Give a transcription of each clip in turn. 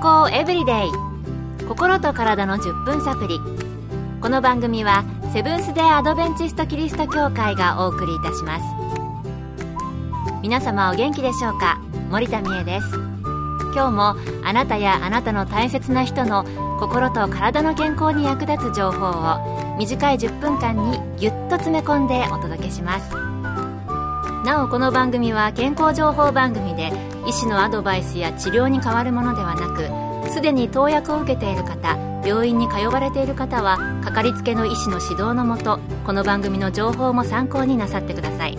康エブリデイ、心と体の10分サプリ。この番組はセブンス・デー・アドベンチスト・キリスト教会がお送りいたします。皆様お元気でしょうか。森田美恵です。今日もあなたやあなたの大切な人の心と体の健康に役立つ情報を短い10分間にぎゅっと詰め込んでお届けします。なおこの番組は健康情報番組で医師のアドバイスや治療に代わるものではなく、すでに投薬を受けている方、病院に通われている方はかかりつけの医師の指導のもと、この番組の情報も参考になさってください。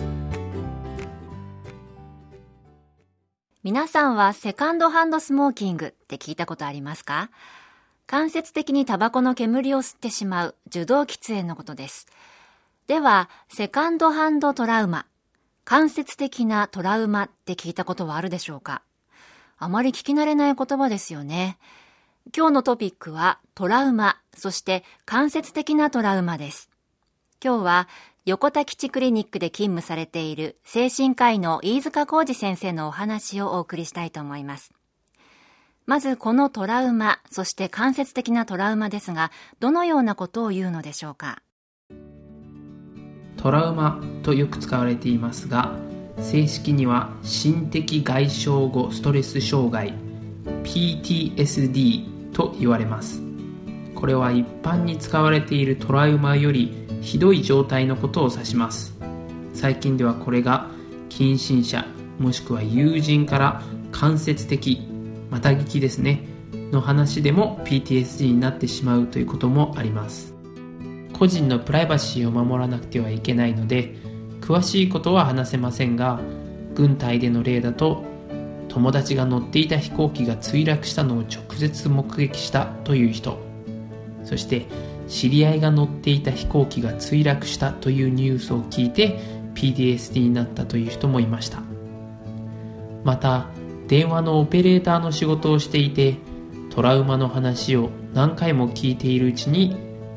皆さんはセカンドハンドスモーキングって聞いたことありますか？間接的にタバコの煙を吸ってしまう受動喫煙のことです。では、セカンドハンドトラウマ、間接的なトラウマって聞いたことはあるでしょうか？あまり聞き慣れない言葉ですよね。今日のトピックはトラウマ、そして間接的なトラウマです。今日は横田基地クリニックで勤務されている精神科医の飯塚浩二先生のお話をお送りしたいと思います。まずこのトラウマ、そして間接的なトラウマですが、どのようなことを言うのでしょうか？ トラウマとよく使われていますが、正式には心的外傷後ストレス障害 PTSD と言われます。これは一般に使われているトラウマよりひどい状態のことを指します。最近ではこれが近親者もしくは友人から間接的、また聞きですねの話でも PTSD になってしまうということもあります。個人のプライバシーを守らなくてはいけないので詳しいことは話せませんが、軍隊での例だと友達が乗っていた飛行機が墜落したのを直接目撃したという人、そして知り合いが乗っていた飛行機が墜落したというニュースを聞いて PTSD になったという人もいました。また電話のオペレーターの仕事をしていてトラウマの話を何回も聞いているうちに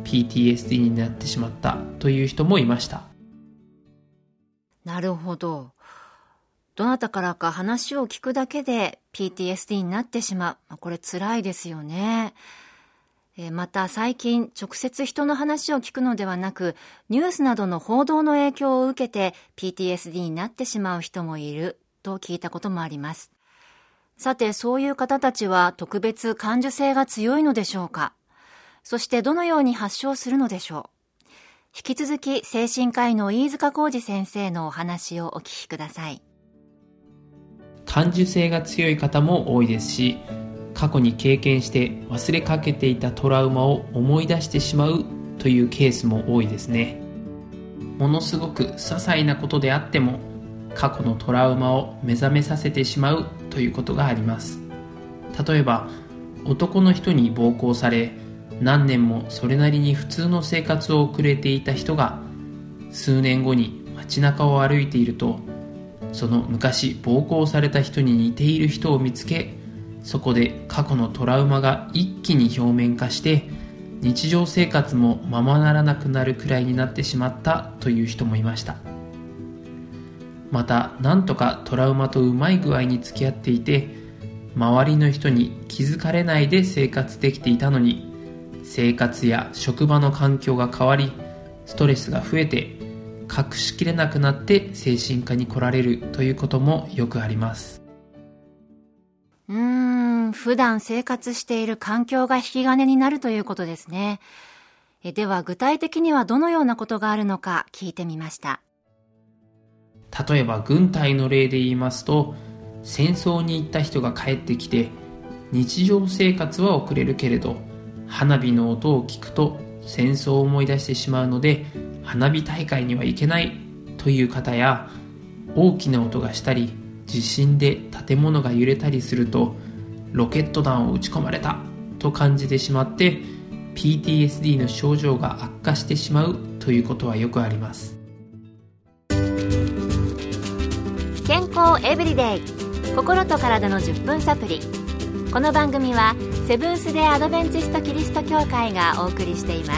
PTSD になってしまったという人もいました。 なるほど。どなたからか話を聞くだけで PTSD になってしまう。これ辛いですよね。また最近直接人の話を聞くのではなく、ニュースなどの報道の影響を受けて PTSD になってしまう人もいると聞いたこともあります。さて、そういう方たちは特別感受性が強いのでしょうか？そしてどのように発症するのでしょう？引き続き精神科医の飯塚浩二先生のお話をお聞きください。 感受性が強い方も多いですし、過去に経験して忘れかけていたトラウマを思い出してしまうというケースも多いですね。ものすごく些細なことであっても過去のトラウマを目覚めさせてしまうということがあります。例えば男の人に暴行され何年もそれなりに普通の生活を送れていた人が数年後に街中を歩いていると、その昔暴行された人に似ている人を見つけ、そこで過去のトラウマが一気に表面化して日常生活もままならなくなるくらいになってしまったという人もいました。またなんとかトラウマとうまい具合に付き合っていて周りの人に気づかれないで生活できていたのに、生活や職場の環境が変わりストレスが増えて隠しきれなくなって精神科に来られるということもよくあります。 普段生活している環境が引き金になるということですね。では具体的にはどのようなことがあるのか聞いてみました。 例えば軍隊の例で言いますと、戦争に行った人が帰ってきて日常生活は送れるけれど花火の音を聞くと戦争を思い出してしまうので花火大会には行けないという方や、大きな音がしたり地震で建物が揺れたりするとロケット弾を撃ち込まれたと感じてしまって PTSD の症状が悪化してしまうということはよくあります。 健康エブリデイ、心と体の10分サプリ。この番組はセブンス・デー・アドベンチスト・キリスト教会がお送りしています。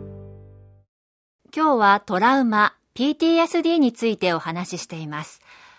今日はトラウマ PTSD についてお話ししています。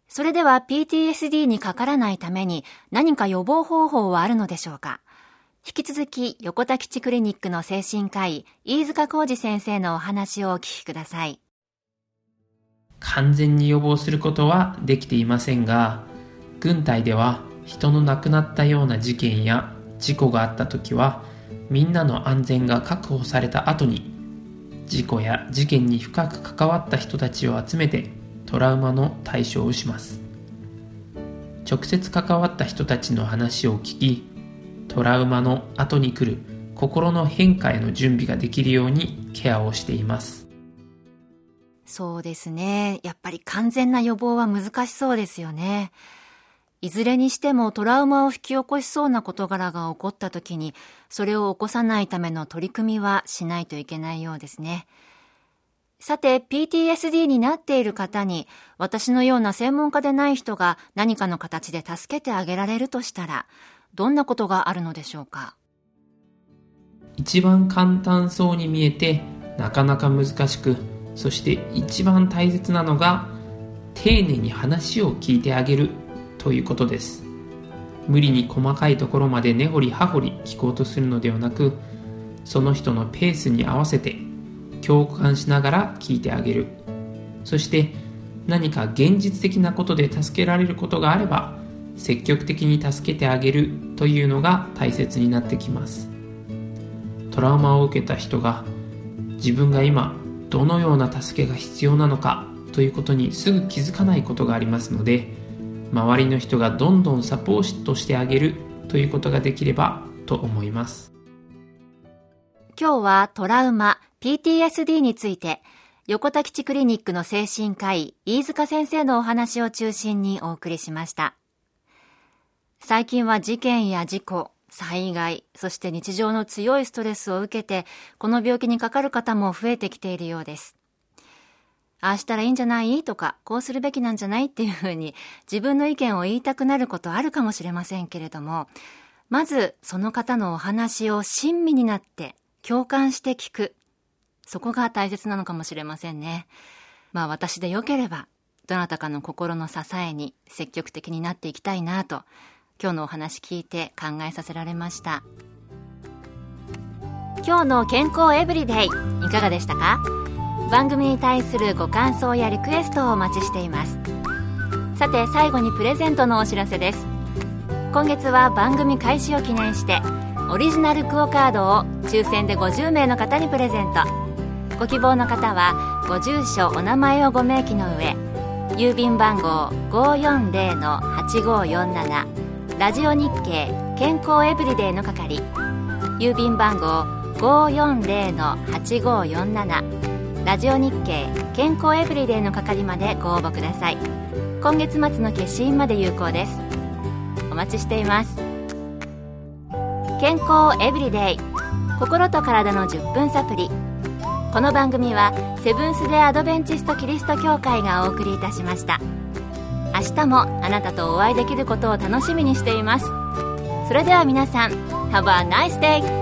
それでは PTSD にかからないために何か予防方法はあるのでしょうか。引き続き横田基地クリニックの精神科医飯塚浩二先生のお話をお聞きください。 完全に予防することはできていませんが、軍隊では人の亡くなったような事件や事故があった時は、みんなの安全が確保された後に事故や事件に深く関わった人たちを集めてトラウマの対処をします。直接関わった人たちの話を聞き、トラウマの後に来る心の変化への準備ができるようにケアをしています。 そうですね。やっぱり完全な予防は難しそうですよね。いずれにしてもトラウマを引き起こしそうな事柄が起こった時に、それを起こさないための取り組みはしないといけないようですね。さて、PTSD になっている方に、私のような専門家でない人が何かの形で助けてあげられるとしたら、どんなことがあるのでしょうか。 一番簡単そうに見えて、なかなか難しく、そして一番大切なのが、丁寧に話を聞いてあげるということです。無理に細かいところまで根掘り葉掘り聞こうとするのではなく、その人のペースに合わせて共感しながら聞いてあげる。そして何か現実的なことで助けられることがあれば、積極的に助けてあげるというのが大切になってきます。トラウマを受けた人が自分が今どのような助けが必要なのかということにすぐ気づかないことがありますので、周りの人がどんどんサポートしてあげるということができればと思います。 今日はトラウマ、PTSD について、横田基地クリニックの精神科医、飯塚先生のお話を中心にお送りしました。最近は事件や事故、災害、そして日常の強いストレスを受けて、この病気にかかる方も増えてきているようです。ああしたらいいんじゃないとか、こうするべきなんじゃないっていうふうに自分の意見を言いたくなることあるかもしれませんけれども、まずその方のお話を親身になって共感して聞く。そこが大切なのかもしれませんね。私でよければ、どなたかの心の支えに積極的になっていきたいなと、今日のお話聞いて考えさせられました。今日の健康エブリデイ、いかがでしたか？番組に対するご感想やリクエストをお待ちしています。さて、最後にプレゼントのお知らせです。今月は番組開始を記念してオリジナルクオカードを抽選で50名の方にプレゼント。ご希望の方はご住所お名前をご明記の上、郵便番号 540-8547 ラジオ日経健康エブリデイの係、郵便番号 540-8547 ラジオ日経健康エブリデイの係までご応募ください。今月末の消印まで有効です。お待ちしています。健康エブリデイ、心と体の10分サプリ。この番組はセブンス・デ・アドベンチスト・キリスト教会がお送りいたしました。明日もあなたとお会いできることを楽しみにしています。それでは皆さん、Have a nice day!